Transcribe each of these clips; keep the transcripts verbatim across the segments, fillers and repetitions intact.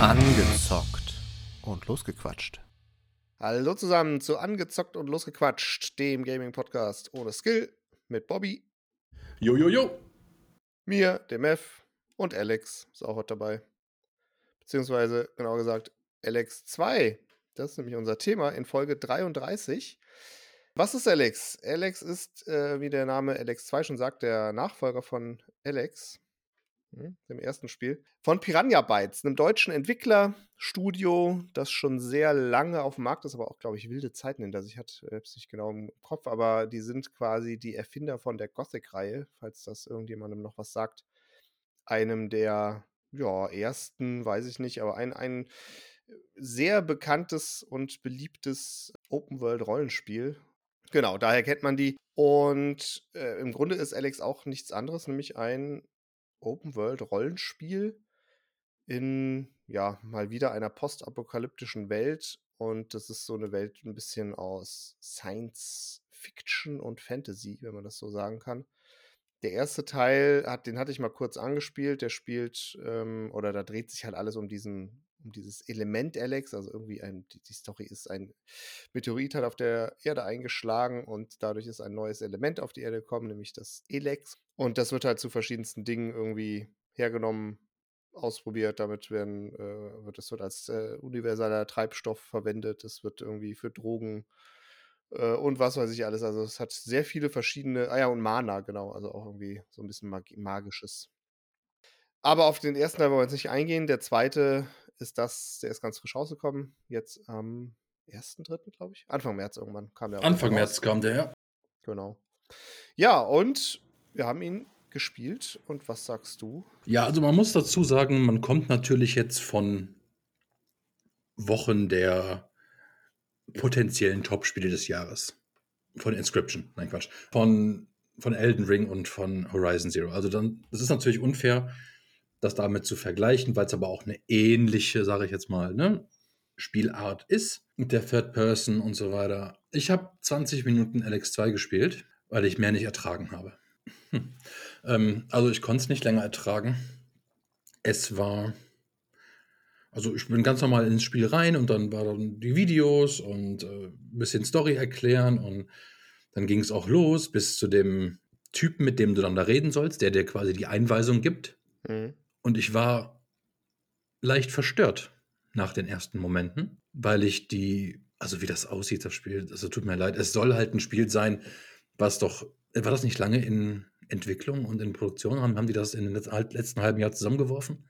Angezockt und losgequatscht. Hallo zusammen zu Angezockt und losgequatscht, dem Gaming-Podcast ohne Skill mit Bobby, Jo, jo, jo. mir, dem Mev und Alex ist auch heute dabei. Beziehungsweise, genauer gesagt, Alex zwei. Das ist nämlich unser Thema in Folge dreiunddreißig. Was ist Alex? Alex ist, äh, wie der Name Alex zwei schon sagt, der Nachfolger von Alex, hm, dem ersten Spiel, von Piranha Bytes, einem deutschen Entwicklerstudio, das schon sehr lange auf dem Markt ist, aber auch, glaube ich, wilde Zeiten hinter sich hat. Ich habe es nicht genau im Kopf, aber die sind quasi die Erfinder von der Gothic-Reihe, falls das irgendjemandem noch was sagt. Einem der, ja, ersten, weiß ich nicht, aber ein, ein sehr bekanntes und beliebtes Open-World-Rollenspiel. Genau, daher kennt man die. Und äh, im Grunde ist Alex auch nichts anderes, nämlich ein Open-World-Rollenspiel in, ja, mal wieder einer postapokalyptischen Welt. Und das ist so eine Welt ein bisschen aus Science Fiction und Fantasy, wenn man das so sagen kann. Der erste Teil, hat, den hatte ich mal kurz angespielt. Der spielt, ähm, oder da dreht sich halt alles um diesen, um dieses Element Alex. Also irgendwie ein, die, die Story ist, ein Meteorit hat auf der Erde eingeschlagen und dadurch ist ein neues Element auf die Erde gekommen, nämlich das Elex. Und das wird halt zu verschiedensten Dingen irgendwie hergenommen, ausprobiert. Damit werden, äh, wird es wird als äh, universaler Treibstoff verwendet. Es wird irgendwie für Drogen äh, und was weiß ich alles. Also es hat sehr viele verschiedene, ah ja, und Mana, genau, also auch irgendwie so ein bisschen Mag Magisches. Aber auf den ersten Teil wollen wir jetzt nicht eingehen. Der zweite ist das, der ist ganz frisch rausgekommen. Jetzt am ersten dritten, glaube ich. Anfang März irgendwann kam der auf jeden Fall Anfang raus. März kam der, ja. Genau. Ja, und wir haben ihn gespielt. Und was sagst du? Ja, also man muss dazu sagen, man kommt natürlich jetzt von Wochen der potenziellen Top-Spiele des Jahres. Von Inscription, nein Quatsch. Von, von Elden Ring und von Horizon Zero. Also dann, das ist natürlich unfair, das damit zu vergleichen, weil es aber auch eine ähnliche, sage ich jetzt mal, ne, Spielart ist. Mit der Third Person und so weiter. Ich habe zwanzig Minuten L X zwei gespielt, weil ich mehr nicht ertragen habe. Hm. Ähm, also ich konnte es nicht länger ertragen. Es war, also ich bin ganz normal ins Spiel rein und dann waren die Videos und äh, ein bisschen Story erklären und dann ging es auch los bis zu dem Typen, mit dem du dann da reden sollst, der dir quasi die Einweisung gibt. Mhm. Und ich war leicht verstört nach den ersten Momenten, weil ich die, also wie das aussieht, das Spiel, also tut mir leid, es soll halt ein Spiel sein, was doch, war das nicht lange in Entwicklung und in Produktion? Haben, haben die das in den letzten, letzten halben Jahr zusammengeworfen?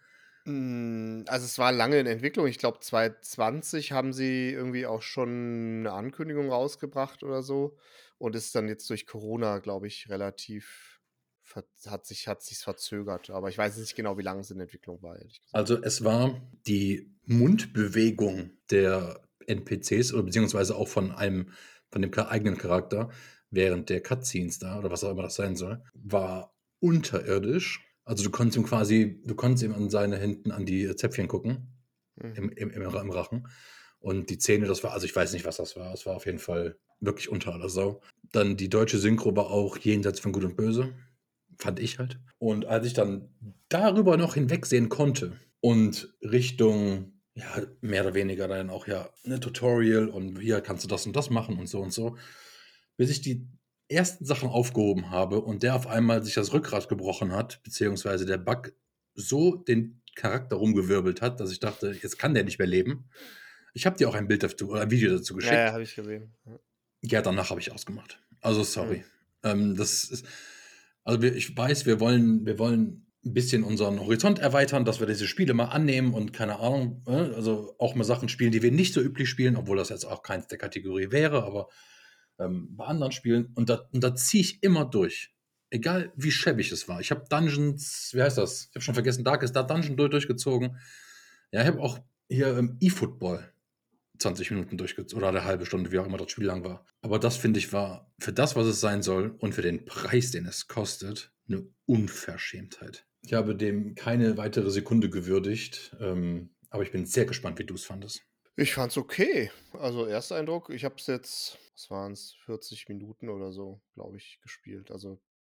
Mm, Also es war lange in Entwicklung. Ich glaube, zwanzig zwanzig haben sie irgendwie auch schon eine Ankündigung rausgebracht oder so. Und ist dann jetzt durch Corona, glaube ich, relativ, ver hat sich hat sich's verzögert. Aber ich weiß nicht genau, wie lange es in Entwicklung war, ehrlich gesagt. Also es war die Mundbewegung der N P Cs oder beziehungsweise auch von einem, von dem eigenen Charakter während der Cutscenes da oder was auch immer das sein soll, war unterirdisch. Also du konntest ihm quasi, du konntest ihm an seine hinten an die Zäpfchen gucken Mhm. im, im, im, im Rachen. Und die Zähne, das war, also ich weiß nicht, was das war. Es war auf jeden Fall wirklich unter aller Sau. Dann die deutsche Synchro war auch jenseits von Gut und Böse. Fand ich halt. Und als ich dann darüber noch hinwegsehen konnte und Richtung, ja, mehr oder weniger dann auch, ja, ne, Tutorial und hier kannst du das und das machen und so und so, bis ich die ersten Sachen aufgehoben habe und der auf einmal sich das Rückgrat gebrochen hat, beziehungsweise der Bug so den Charakter rumgewirbelt hat, dass ich dachte, jetzt kann der nicht mehr leben. Ich habe dir auch ein Bild dazu oder ein Video dazu Ja, ja, geschickt. habe ich gesehen. Ja. Ja, danach habe ich ausgemacht. Also sorry. Mhm. Ähm, das ist, also wir, ich weiß, wir wollen, wir wollen ein bisschen unseren Horizont erweitern, dass wir diese Spiele mal annehmen und keine Ahnung, äh, also auch mal Sachen spielen, die wir nicht so üblich spielen, obwohl das jetzt auch keins der Kategorie wäre, aber ähm, bei anderen Spielen und da, und da ziehe ich immer durch. Egal wie schäbig es war. Ich habe Dungeons, wie heißt das? Ich habe schon vergessen, Darkest Dark Dungeon durch, durchgezogen. Ja, ich habe auch hier ähm, eFootball zwanzig Minuten durchgezogen oder eine halbe Stunde, wie auch immer das Spiel lang war. Aber das finde ich war für das, was es sein soll und für den Preis, den es kostet, eine Unverschämtheit. Ich habe dem keine weitere Sekunde gewürdigt, ähm, aber ich bin sehr gespannt, wie du es fandest. Ich fand's okay. Also erster Eindruck, ich habe es jetzt, was waren es, vierzig Minuten oder so, glaube ich, gespielt. Also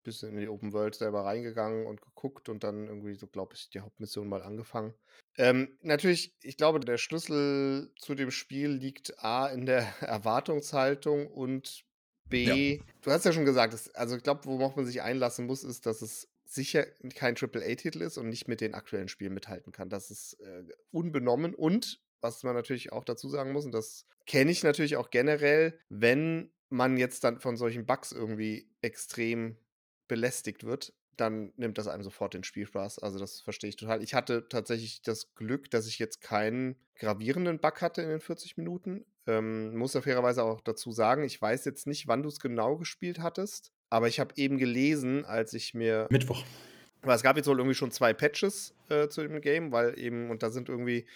bisschen in die Open World selber reingegangen und geguckt und dann irgendwie so, glaube ich, die Hauptmission mal angefangen. Ähm, natürlich, ich glaube, der Schlüssel zu dem Spiel liegt A in der Erwartungshaltung und Ja. B, du hast ja schon gesagt, es, also ich glaube, worauf man sich einlassen muss, ist, dass es sicher kein Triple A-Titel ist und nicht mit den aktuellen Spielen mithalten kann. Das ist äh, unbenommen und was man natürlich auch dazu sagen muss, und das kenne ich natürlich auch generell, wenn man jetzt dann von solchen Bugs irgendwie extrem belästigt wird, dann nimmt das einem sofort den Spielspaß. Also das verstehe ich total. Ich hatte tatsächlich das Glück, dass ich jetzt keinen gravierenden Bug hatte in den vierzig Minuten. Ähm, muss ja fairerweise auch dazu sagen, ich weiß jetzt nicht, wann du es genau gespielt hattest, aber ich habe eben gelesen, als ich mir Mittwoch. weil es gab jetzt wohl irgendwie schon zwei Patches äh, zu dem Game, weil eben, und da sind irgendwie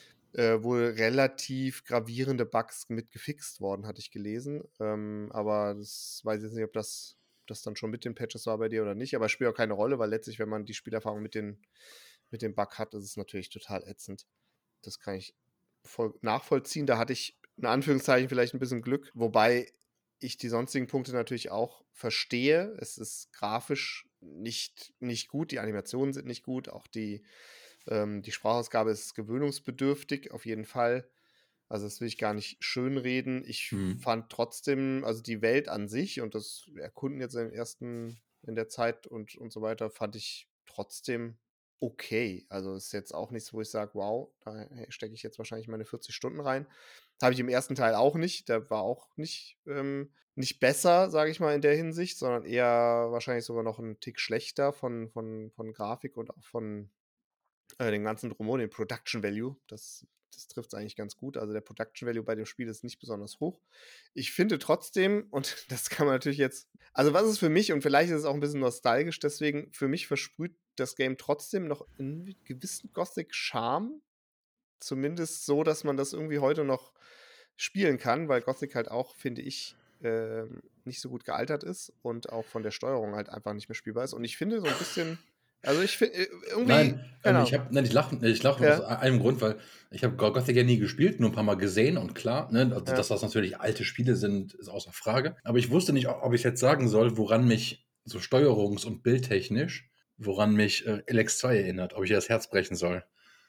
äh, wohl relativ gravierende Bugs mit gefixt worden, hatte ich gelesen. Ähm, aber das weiß ich jetzt nicht, ob das, ob das dann schon mit den Patches war bei dir oder nicht. Aber es spielt auch keine Rolle, weil letztlich, wenn man die Spielerfahrung mit, den, mit dem Bug hat, ist es natürlich total ätzend. Das kann ich voll nachvollziehen. Da hatte ich in Anführungszeichen vielleicht ein bisschen Glück, wobei ich die sonstigen Punkte natürlich auch verstehe. Es ist grafisch nicht, nicht gut, die Animationen sind nicht gut, auch die, ähm, die Sprachausgabe ist gewöhnungsbedürftig, auf jeden Fall. Also das will ich gar nicht schönreden. Ich Mhm. fand trotzdem, also die Welt an sich und das Erkunden jetzt in den ersten, in der Zeit und, und so weiter, fand ich trotzdem okay. Also ist jetzt auch nichts, wo ich sage, wow, da stecke ich jetzt wahrscheinlich meine vierzig Stunden rein. Habe ich im ersten Teil auch nicht. Der war auch nicht, ähm, nicht besser, sage ich mal, in der Hinsicht, sondern eher wahrscheinlich sogar noch ein Tick schlechter von, von, von Grafik und auch von äh, dem ganzen Drumherum, den Production Value. Das, das trifft es eigentlich ganz gut. Also der Production Value bei dem Spiel ist nicht besonders hoch. Ich finde trotzdem, und das kann man natürlich jetzt, also was ist für mich, und vielleicht ist es auch ein bisschen nostalgisch, deswegen für mich versprüht das Game trotzdem noch einen gewissen Gothic-Charme. Zumindest so, dass man das irgendwie heute noch spielen kann, weil Gothic halt auch, finde ich, ähm, nicht so gut gealtert ist und auch von der Steuerung halt einfach nicht mehr spielbar ist. Und ich finde so ein bisschen, also ich finde irgendwie, Nein, keine ähm, ich Ahnung. habe, nein, ich lache, ich lache aus Ja, einem Grund, weil ich habe Gothic ja nie gespielt, nur ein paar Mal gesehen und klar, ne, also ja. dass das natürlich alte Spiele sind, ist außer Frage. Aber ich wusste nicht, ob ich jetzt sagen soll, woran mich so steuerungs- und bildtechnisch, woran mich äh, L X zwei erinnert, ob ich ihr das Herz brechen soll.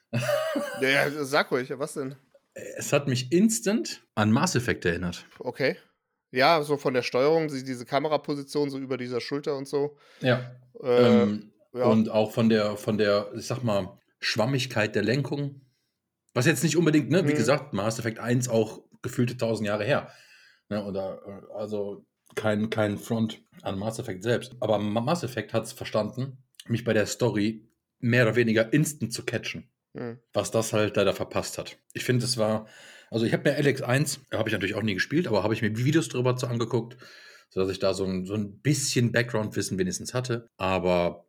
Ja, ja, sag ruhig, was denn? Es hat mich instant an Mass Effect erinnert. Okay. Ja, so von der Steuerung, die- diese Kameraposition so über dieser Schulter und so. Ja. Äh, Ähm, ja. und auch von der, von der, ich sag mal, Schwammigkeit der Lenkung. Was jetzt nicht unbedingt, ne, wie Hm. gesagt, Mass Effect eins auch gefühlte tausend Jahre her. Ne, oder, äh, also kein, kein Front an Mass Effect selbst. Aber Ma- Mass Effect hat es verstanden, mich bei der Story mehr oder weniger instant zu catchen. Hm. Was das halt leider verpasst hat. Ich finde, es war, also ich habe mir L X eins, habe ich natürlich auch nie gespielt, aber habe ich mir Videos darüber zu angeguckt, sodass ich da so ein, so ein bisschen Background-Wissen wenigstens hatte. Aber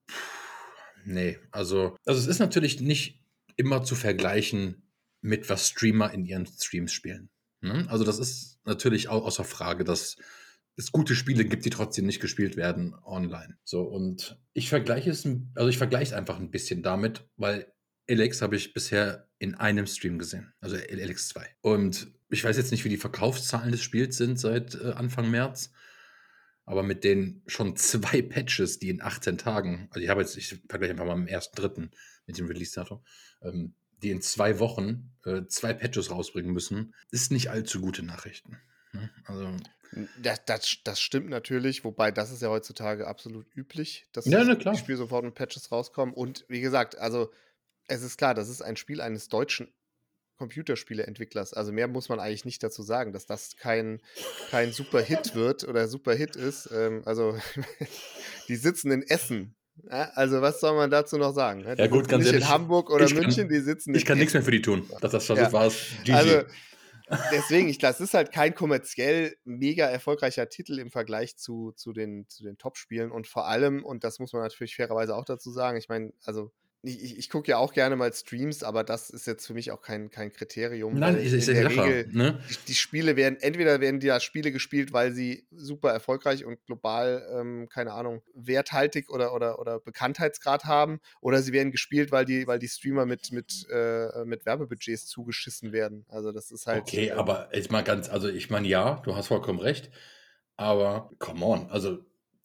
pff, nee, also, also es ist natürlich nicht immer zu vergleichen mit was Streamer in ihren Streams spielen. Ne? Also das ist natürlich auch außer Frage, dass es gute Spiele gibt, die trotzdem nicht gespielt werden online. So, und ich vergleiche es, ein- also ich vergleiche es einfach ein bisschen damit, weil L X habe ich bisher in einem Stream gesehen, also L X zwei. Und ich weiß jetzt nicht, wie die Verkaufszahlen des Spiels sind seit äh, Anfang März, aber mit den schon zwei Patches, die in achtzehn Tagen, also ich habe jetzt, ich vergleiche einfach mal am ersten dritten mit dem Release-Datum, ähm, die in zwei Wochen äh, zwei Patches rausbringen müssen, ist nicht allzu gute Nachrichten. Ne? Also, Das, das, das stimmt natürlich, wobei das ist ja heutzutage absolut üblich, dass ja, das, na die klar. Spiele sofort mit Patches rauskommen. Und wie gesagt, also es ist klar, das ist ein Spiel eines deutschen Computerspieleentwicklers. Also mehr muss man eigentlich nicht dazu sagen, dass das kein, kein super Hit wird oder super Hit ist. Ähm, also die sitzen in Essen. Ja, also was soll man dazu noch sagen? Ja, Ja die gut, sitzen ganz nicht in ehrlich, Hamburg oder ich München, kann, die sitzen ich in kann nichts mehr für Essen. die tun. Dass das Ja, das war's. also G G. deswegen, ich, das ist halt kein kommerziell mega erfolgreicher Titel im Vergleich zu, zu den, zu den Top-Spielen und vor allem, und das muss man natürlich fairerweise auch dazu sagen, ich meine, also ich, ich, ich gucke ja auch gerne mal Streams, aber das ist jetzt für mich auch kein, kein Kriterium, Nein, weil ich, ich, in ich der lache. Regel Ne? die, die Spiele werden, entweder werden die ja Spiele gespielt, weil sie super erfolgreich und global, ähm, keine Ahnung, werthaltig oder, oder, oder Bekanntheitsgrad haben, oder sie werden gespielt, weil die, weil die Streamer mit, mit, äh, mit Werbebudgets zugeschissen werden. Also das ist halt, Okay, ähm, aber jetzt mal ganz, also ich meine, ja, du hast vollkommen recht, aber come on, also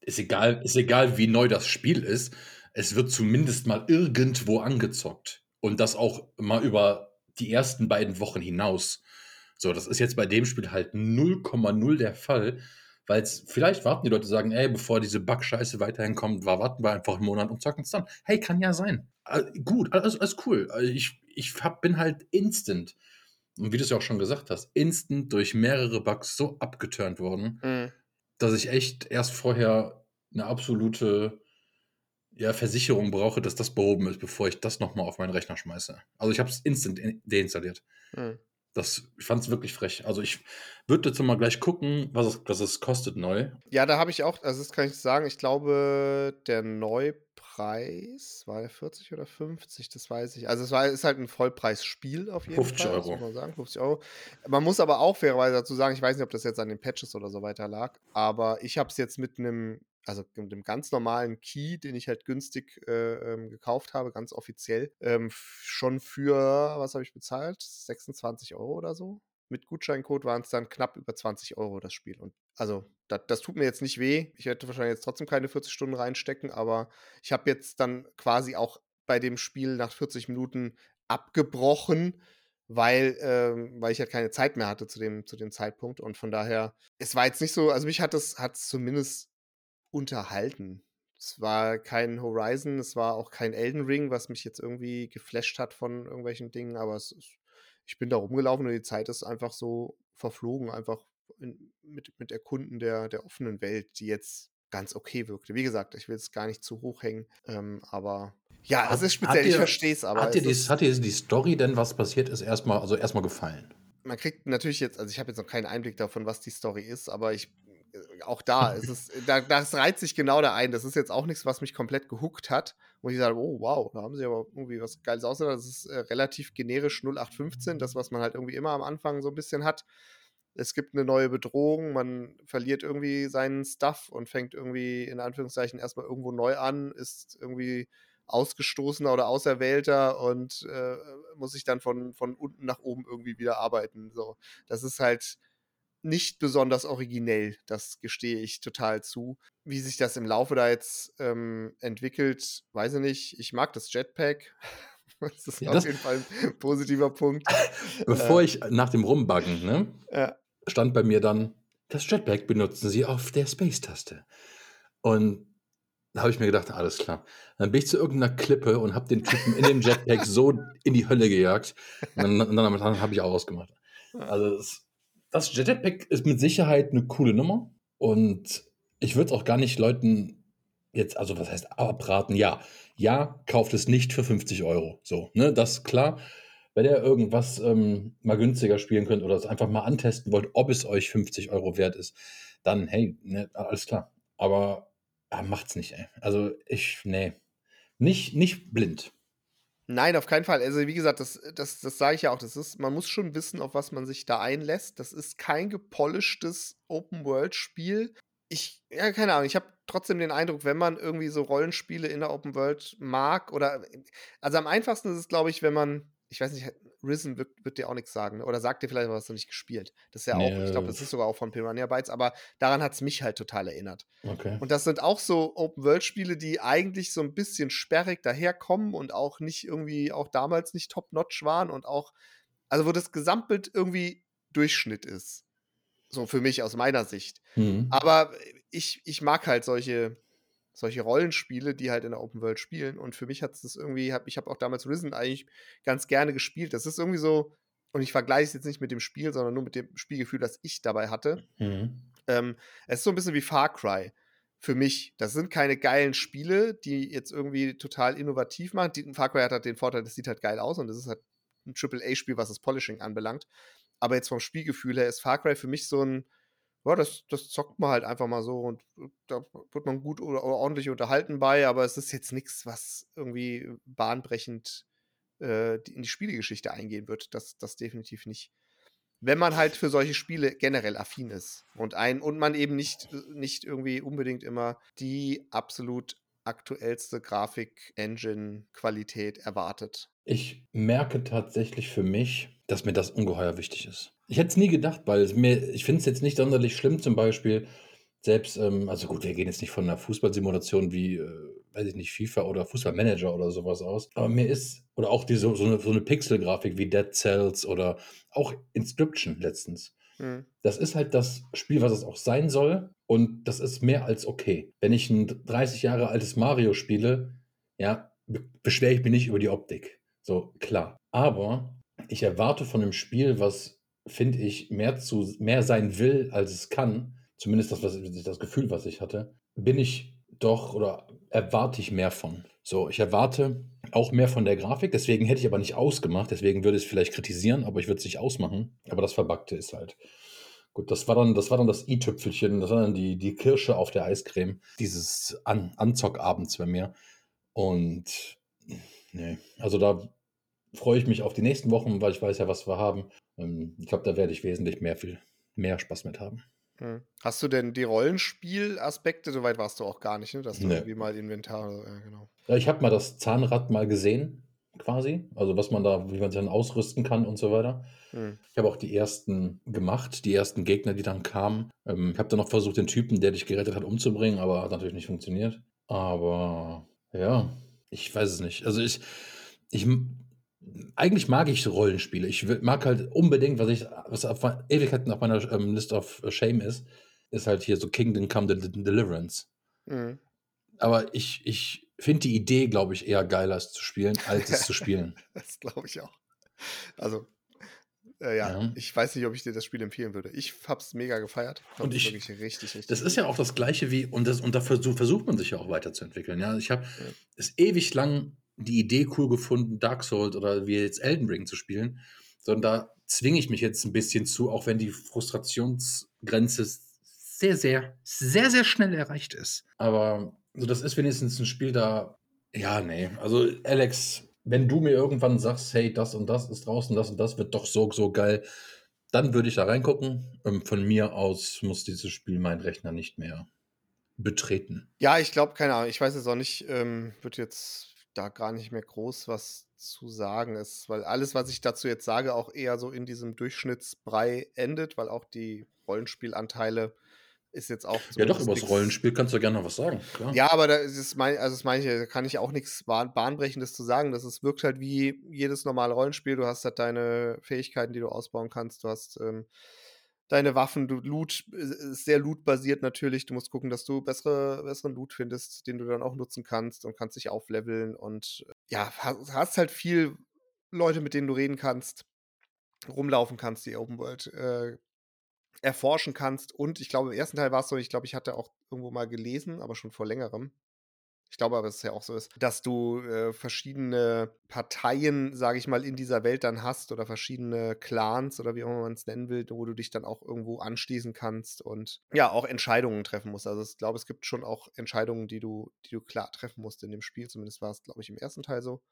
ist egal ist egal, wie neu das Spiel ist, es wird zumindest mal irgendwo angezockt und das auch mal über die ersten beiden Wochen hinaus. So, das ist jetzt bei dem Spiel halt null Komma null der Fall, weil's vielleicht warten die Leute, sagen: „Ey, bevor diese Bug-Scheiße weiterhin kommt, wa warten wir einfach 'n Monat und zocken's dann.“ Hey, kann ja sein. Al gut, alles alles cool. Äh, ich ich habe bin halt instant und wie du's ja auch schon gesagt hast, instant durch mehrere Bugs so abgeturnt worden, Mhm. dass ich echt erst vorher 'ne absolute, ja, Versicherung brauche, dass das behoben ist, bevor ich das noch mal auf meinen Rechner schmeiße. Also, ich habe es instant in deinstalliert. Mhm. Das ich fand's wirklich frech. Also, ich würde jetzt noch mal gleich gucken, was es was es kostet neu. Ja, da habe ich auch also, das kann ich sagen, ich glaube, der Neupreis war der vierzig oder fünfzig, das weiß ich. Also, es war ist halt 'n Vollpreisspiel auf jeden fünfzig Fall, das muss Euro. man sagen, fünfzig Euro. Man muss aber auch fairerweise dazu sagen, ich weiß nicht, ob das jetzt an den Patches oder so weiter lag, aber ich habe es jetzt mit 'nem also, mit 'nem ganz normalen Key, den ich halt günstig, äh, ähm, gekauft habe, ganz offiziell, ähm, f schon für was habe ich bezahlt? sechsundzwanzig Euro oder so? Mit Gutscheincode waren's dann knapp über zwanzig Euro das Spiel und also, da das tut mir jetzt nicht weh. Ich werde wahrscheinlich jetzt trotzdem keine vierzig Stunden reinstecken, aber ich habe jetzt dann quasi auch bei dem Spiel nach vierzig Minuten abgebrochen, weil ähm, weil ich halt keine Zeit mehr hatte zu dem zu dem Zeitpunkt und von daher es war jetzt nicht so also, mich hat es hat's zumindest unterhalten. Es war kein Horizon, es war auch kein Elden Ring, was mich jetzt irgendwie geflasht hat von irgendwelchen Dingen, aber es ist ich bin da rumgelaufen und die Zeit ist einfach so verflogen, einfach in mit mit Erkunden der der offenen Welt, die jetzt ganz okay wirkte. Wie gesagt, ich will es gar nicht zu hoch hängen, ähm, aber ja, es ist Hat hat speziell, ich dir verstehe es, aber hat dir es dies ist hat dir die Story denn, was passiert ist, erst mal also, erst mal gefallen? man kriegt natürlich jetzt also, ich habe jetzt noch keinen Einblick davon, was die Story ist, aber ich äh, auch da ist es da das reiht sich genau da ein. Das ist jetzt auch nix, was mich komplett gehookt hat, wo ich sage: „Oh wow, da haben sie aber irgendwie was Geiles ausgedacht.“ Das ist, äh, relativ generisch null acht fünfzehn, das, was man halt irgendwie immer am Anfang so 'n bisschen hat. Es gibt 'ne neue Bedrohung, man verliert irgendwie seinen Stuff und fängt irgendwie in Anführungszeichen erst mal irgendwo neu an, ist irgendwie Ausgestoßener oder Auserwählter und, äh, muss sich dann von von unten nach oben irgendwie wieder arbeiten, so. Das ist halt nicht besonders originell, das gestehe ich total zu. Wie sich das im Laufe da jetzt, ähm, entwickelt, weiß ich nicht. Ich mag das Jetpack. Das ist Ja, auf das jeden Fall 'n positiver Punkt. bevor Äh, ich nach dem Rumbuggen, ne, ja. stand bei mir dann: „Das Jetpack benutzen Sie auf der Space-Taste.“ Und da habe ich mir gedacht: „Alles klar.“ Dann bin ich zu irgend 'ner Klippe und habe den Typen in dem Jetpack so in die Hölle gejagt und dann und dann dann habe ich auch ausgemacht. Ja. Also, das das Jetpack ist mit Sicherheit 'ne coole Nummer und ich würde es auch gar nicht Leuten jetzt also, was heißt abraten? Ja. Ja, kauft es nicht für fünfzig Euro, so, ne? Das ist klar. Wenn ihr irgendwas, ähm, mal günstiger spielen könnt oder es einfach mal antesten wollt, ob es euch fünfzig Euro wert ist, dann hey, ne, alles klar. Aber, ah, macht's nicht, ey. Also, ich ne, nicht nicht blind. Nein, auf keinen Fall. Also, wie gesagt, das das das sage ich ja auch. Das ist man muss schon wissen, auf was man sich da einlässt. Das ist kein gepolischtes Open-World-Spiel. Ich ja, keine Ahnung, ich habe trotzdem den Eindruck, wenn man irgendwie so Rollenspiele in der Open World mag oder also, am einfachsten ist es, glaube ich, wenn man ich weiß nicht, Risen wird wird dir auch nix sagen, ne? Oder sagt dir vielleicht, aber hast du nicht gespielt. Das ist ja auch ich glaube, Ne, das ist sogar auch von Piranha Bytes, aber daran hat's mich halt total erinnert. okay. Und das sind auch so Open-World-Spiele, die eigentlich so 'n bisschen sperrig daherkommen und auch nicht irgendwie auch damals nicht top-notch waren und auch also, wo das Gesamtbild irgendwie Durchschnitt ist. So für mich aus meiner Sicht. Mhm. Aber ich ich mag halt solche solche Rollenspiele, die halt in der Open World spielen und für mich hat's das irgendwie habe ich habe auch damals Risen eigentlich ganz gerne gespielt. Das ist irgendwie so und ich vergleiche es jetzt nicht mit dem Spiel, sondern nur mit dem Spielgefühl, das ich dabei hatte. Mhm. Ähm, es ist so 'n bisschen wie Far Cry für mich. Das sind keine geilen Spiele, die jetzt irgendwie total innovativ machen. Die Far Cry hat halt den Vorteil, das sieht halt geil aus und das ist halt 'n Triple-A-Spiel, was das Polishing anbelangt. Aber jetzt vom Spielgefühl her ist Far Cry für mich so 'n ja, das das zockt man halt einfach mal so und da wird man gut oder ordentlich unterhalten bei, aber es ist jetzt nix, was irgendwie bahnbrechend, äh, in die Spielegeschichte eingehen wird. Das das definitiv nicht. Wenn man halt für solche Spiele generell affin ist und ein und man eben nicht nicht irgendwie unbedingt immer die absolut aktuellste Grafik-Engine-Qualität erwartet. Ich merke tatsächlich für mich, dass mir das ungeheuer wichtig ist. Ich hätte es nie gedacht, weil es mir ich finde es jetzt nicht sonderlich schlimm, zum Beispiel Selbst, ähm, also gut, wir gehen jetzt nicht von einer Fußballsimulation wie, äh, weiß ich nicht, FIFA oder Fußballmanager oder sowas aus. Aber mir ist, oder auch diese, so eine, so eine Pixelgrafik wie Dead Cells oder auch Inscription letztens. Mhm. Das ist halt das Spiel, was es auch sein soll. Und das ist mehr als okay. Wenn ich ein dreißig Jahre altes Mario spiele, ja, be beschwere ich mich nicht über die Optik. So, klar. Aber ich erwarte von einem Spiel, was, finde ich, mehr zu mehr sein will, als es kann, zumindest das, was das Gefühl, was ich hatte, bin ich doch oder erwarte ich mehr von. So, ich erwarte auch mehr von der Grafik, deswegen hätte ich aber nicht ausgemacht, deswegen würde ich es vielleicht kritisieren, aber ich würde es nicht ausmachen. Aber das Verbackte ist halt. Gut, das war dann, das war dann das i-Tüpfelchen, das war dann die, die Kirsche auf der Eiscreme, dieses An Anzockabends bei mir. Und nee, also da freue ich mich auf die nächsten Wochen, weil ich weiß ja, was wir haben. Ähm, ich glaube, da werde ich wesentlich mehr, viel mehr Spaß mit haben. Mhm. Hast du denn die Rollenspielaspekte, so weit warst du auch gar nicht, ne, dass du Nee. irgendwie mal Inventar ja, genau. Ja, ich habe mal das Zahnrad mal gesehen, quasi. Also was man da, wie man sich dann ausrüsten kann und so weiter. Mhm. Ich habe auch die ersten gemacht, die ersten Gegner, die dann kamen. Ähm, ich habe dann noch versucht, den Typen, der dich gerettet hat, umzubringen, aber hat natürlich nicht funktioniert. Aber ja, ich weiß es nicht. Also ich, ich eigentlich mag ich Rollenspiele. Ich will- mag halt unbedingt, was ich, was auf me- Ewigkeiten auf meiner ähm, List of Shame ist, ist halt hier so Kingdom Come Del- Deliverance. Mhm. Aber ich, ich finde die Idee, glaube ich, eher geiler es zu spielen, als es zu spielen. Das glaube ich auch. Also, äh, ja, Ja. ich weiß nicht, ob ich dir das Spiel empfehlen würde. Ich hab's mega gefeiert. Und Fand's ich, wirklich richtig, richtig das ist gut. ja auch das Gleiche wie, und, das, und da versuch, versucht man sich ja auch weiterzuentwickeln. Ja, ich habe Ja. es ewig lang die Idee cool gefunden, Dark Souls oder wie jetzt Elden Ring zu spielen, sondern da zwinge ich mich jetzt ein bisschen zu, auch wenn die Frustrationsgrenze sehr, sehr, sehr, sehr schnell erreicht ist. Aber so, das ist wenigstens ein Spiel da, ja, nee. Also, Alex, wenn du mir irgendwann sagst, hey, das und das ist draußen, das und das wird doch so, so geil, dann würde ich da reingucken. Ähm, von mir aus muss dieses Spiel mein Rechner nicht mehr betreten. Ja, ich glaube, keine Ahnung, ich weiß jetzt auch nicht, ähm, würde jetzt da gar nicht mehr groß was zu sagen ist, weil alles, was ich dazu jetzt sage, auch eher so in diesem Durchschnittsbrei endet, weil auch die Rollenspielanteile ist jetzt auch Ja, doch, zumindest über das nichts. Rollenspiel kannst du gerne noch was sagen, klar. Ja, aber da ist es mein also das meine ich ja, da kann ich auch nichts Bahn Bahnbrechendes zu sagen. Das ist wirkt halt wie jedes normale Rollenspiel. Du hast halt deine Fähigkeiten, die du ausbauen kannst. Du hast, ähm, deine Waffen, du Loot äh, ist sehr lootbasiert natürlich. Du musst gucken, dass du bessere besseren Loot findest, den du dann auch nutzen kannst und kannst dich aufleveln und, äh, ja, ha hast halt viel Leute, mit denen du reden kannst, rumlaufen kannst, die Open World, äh, erforschen kannst. Und ich glaube, im ersten Teil war es so, ich glaube, ich hatte auch irgendwo mal gelesen, aber schon vor Längerem. Ich glaube aber, dass es ja auch so ist, dass du, äh, verschiedene Parteien, sage ich mal, in dieser Welt dann hast oder verschiedene Clans oder wie auch immer man es nennen will, wo du dich dann auch irgendwo anschließen kannst und ja, auch Entscheidungen treffen musst. Also, ich glaube, es gibt schon auch Entscheidungen, die du die du klar treffen musst in dem Spiel. Zumindest war es, glaube ich, im ersten Teil so.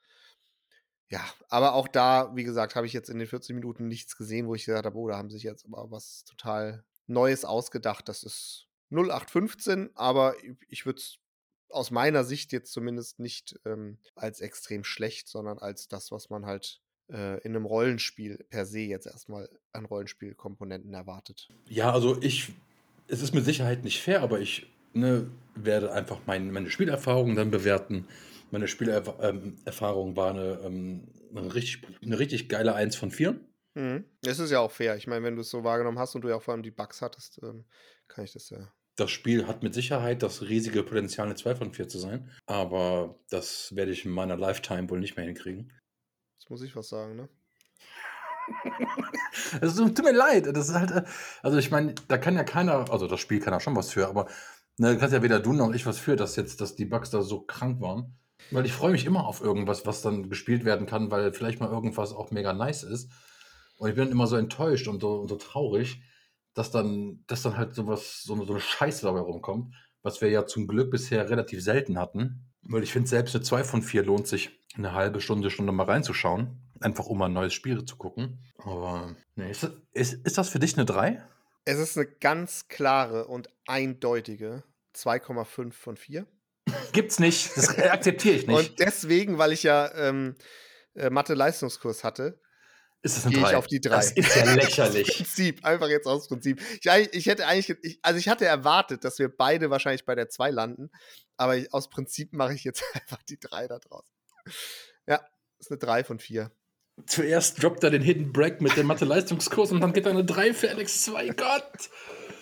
Ja, aber auch da, wie gesagt, habe ich jetzt in den vierzig Minuten nichts gesehen, wo ich gesagt habe: „Oh, da haben sie sich jetzt aber was total Neues ausgedacht." Das ist null acht fünfzehn, aber i ich würde es aus meiner Sicht jetzt zumindest nicht, ähm, als extrem schlecht, sondern als das, was man halt, äh, in 'nem Rollenspiel per se jetzt erst mal an Rollenspielkomponenten erwartet. Ja, also ich, es ist mit Sicherheit nicht fair, aber ich, ne, werde einfach mein, meine Spielerfahrung dann bewerten. Meine Spielerfahrung war eine, ähm, eine, richtig, eine richtig geile eins von vier. Mhm. Es ist ja auch fair. Ich meine, wenn du's so wahrgenommen hast und du ja auch vor allem die Bugs hattest, ähm, kann ich das ja Das Spiel hat mit Sicherheit das riesige Potenzial, eine zwei von vier zu sein, aber das werde ich in meiner Lifetime wohl nicht mehr hinkriegen. jetzt muss ich was sagen, ne? Es tut mir leid, das ist halt, äh, also ich meine, da kann ja keiner, also das Spiel kann ja schon was für, aber ne, kannst ja weder du noch ich was für, dass jetzt, dass die Bugs da so krank waren. Weil ich freue mich immer auf irgendwas, was dann gespielt werden kann, weil vielleicht mal irgendwas auch mega nice ist. Und ich bin dann immer so enttäuscht und so, und so traurig, dass dann, dass dann halt sowas, so eine, so eine Scheiße dabei rumkommt, was wir ja zum Glück bisher relativ selten hatten. Weil ich finde, selbst eine zwei von vier lohnt sich, eine halbe Stunde, Stunde mal reinzuschauen. Einfach um mal ein neues Spiel zu gucken. Aber nee, ist, das- ist, ist das für dich eine drei? Es ist eine ganz klare und eindeutige zwei Komma fünf von vier. Gibt's nicht. Das akzeptiere ich nicht. Und deswegen, weil ich ja, ähm, äh, Mathe-Leistungskurs hatte, Ist das eine Gehe ich drei? auf die Das drei. ist ja Aus lächerlich. Prinzip, einfach jetzt aus Prinzip. Ich, eigentlich- ich hätte eigentlich, ich, also ich hatte erwartet, dass wir beide wahrscheinlich bei der zwei landen, aber ich, aus Prinzip mache ich jetzt einfach die drei da draus. Ja, ist eine drei von vier. Zuerst droppt er den Hidden Break mit dem Mathe-Leistungskurs und dann geht er eine drei für Alex zwei. Gott!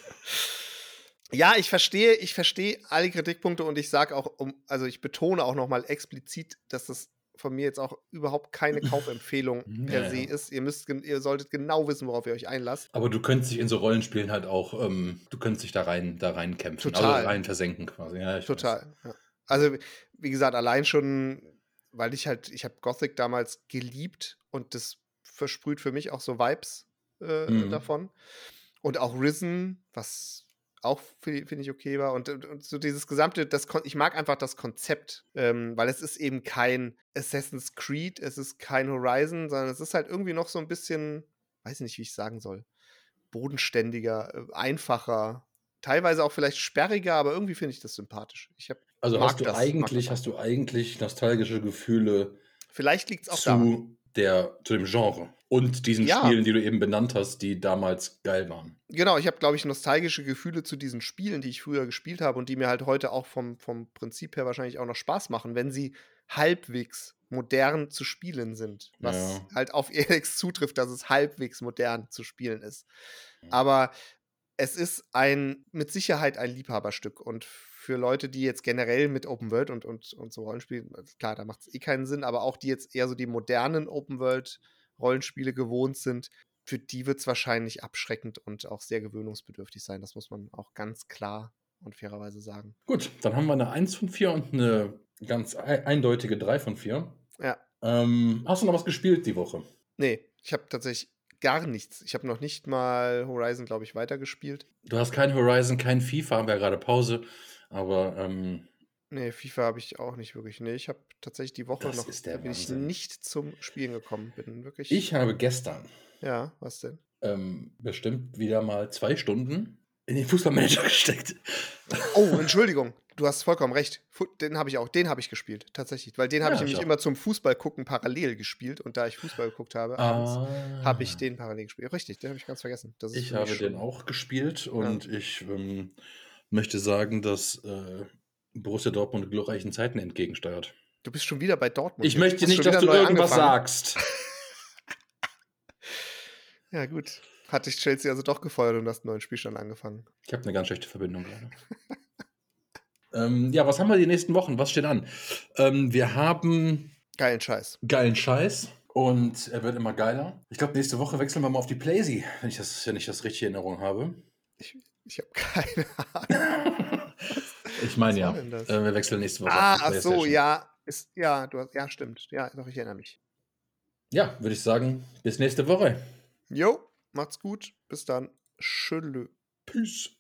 Ja, ich verstehe, ich verstehe alle Kritikpunkte und ich sage auch, um, also ich betone auch nochmal explizit, dass das von mir jetzt auch überhaupt keine Kaufempfehlung per Ja, se ja. ist. Ihr müsst, gen- ihr solltet genau wissen, worauf ihr euch einlasst. Aber du könntest dich in so Rollenspielen halt auch, ähm, du könntest dich da rein, da rein kämpfen, also Total. rein versenken quasi. Ja, ich weiß. Total. Ja. Also, wie gesagt, allein schon, weil ich halt, ich habe Gothic damals geliebt und das versprüht für mich auch so Vibes äh, Mhm. davon. Und auch Risen, was auch fi- finde ich okay war. Und, und, und so dieses gesamte, das, Kon- ich mag einfach das Konzept, ähm, weil es ist eben kein Assassin's Creed, es ist kein Horizon, sondern es ist halt irgendwie noch so ein bisschen, weiß nicht, wie ich sagen soll, bodenständiger, äh, einfacher, teilweise auch vielleicht sperriger, aber irgendwie finde ich das sympathisch. Ich hab, Also mag hast du das, mag eigentlich, das hast einfach. du eigentlich nostalgische Gefühle Vielleicht liegt es auch daran. zu der, zu dem Genre und diesen Ja. Spielen, die du eben benannt hast, die damals geil waren. Genau, ich habe, glaube ich, nostalgische Gefühle zu diesen Spielen, die ich früher gespielt habe und die mir halt heute auch vom, vom Prinzip her wahrscheinlich auch noch Spaß machen, wenn sie halbwegs modern zu spielen sind. Was Ja. halt auf Alex zutrifft, dass es halbwegs modern zu spielen ist. Aber es ist ein mit Sicherheit ein Liebhaberstück. Und für Leute, die jetzt generell mit Open World und, und, und so Rollenspielen, klar, da macht es eh keinen Sinn, aber auch die jetzt eher so die modernen Open World Rollenspiele gewohnt sind, für die wird es wahrscheinlich abschreckend und auch sehr gewöhnungsbedürftig sein. Das muss man auch ganz klar und fairerweise sagen. Gut, dann haben wir eine eins von vier und eine ganz ei- eindeutige drei von vier. Ja. Ähm, hast du noch was gespielt die Woche? Nee, ich habe tatsächlich gar nichts. Ich habe noch nicht mal Horizon, glaube ich, weitergespielt. Du hast kein Horizon, kein FIFA, haben wir ja gerade Pause, aber ähm, Nee, FIFA habe ich auch nicht wirklich. Nee, ich habe tatsächlich die Woche Das noch, ist der bin ich Wahnsinn. nicht zum Spielen gekommen. Bin wirklich. ich habe gestern Ja, was denn? ähm, bestimmt wieder mal zwei Stunden in den Fußballmanager gesteckt. Oh, Entschuldigung. Du hast vollkommen recht. Fu- Den habe ich auch. Den habe ich gespielt, tatsächlich. Weil den habe Ja, ich ich nämlich auch. immer zum Fußball gucken parallel gespielt. Und da ich Fußball geguckt habe abends, Ah, habe ich den parallel gespielt. Richtig, den habe ich ganz vergessen. Das ist ich für mich habe den schon. auch gespielt und ich ähm, möchte sagen, dass äh, Borussia Dortmund glorreichen Zeiten entgegensteuert. Du bist schon wieder bei Dortmund. Ich jetzt. möchte Hast nicht, schon dass wieder du neu irgendwas angefangen. sagst. Ja, gut. Hat dich Chelsea also doch gefeuert und hast einen neuen Spielstand angefangen. Ich habe eine ganz schlechte Verbindung gerade. ähm, ja, was haben wir die nächsten Wochen? Was steht an? Ähm, wir haben Geilen Scheiß. geilen Scheiß und er wird immer geiler. Ich glaube, nächste Woche wechseln wir mal auf die Playsee, wenn ich das, wenn ich das richtig in Erinnerung habe. Ich, ich habe keine Ahnung. Ich meine Was ja. war denn das? Äh, wir wechseln nächste Woche Ah, auf die ach so, PlayStation. ja. Ist, ja, du hast, ja, stimmt. Ja, doch, ich erinnere mich. Ja, würde ich sagen, bis nächste Woche. Jo, macht's gut. Bis dann. Tschüss. Peace.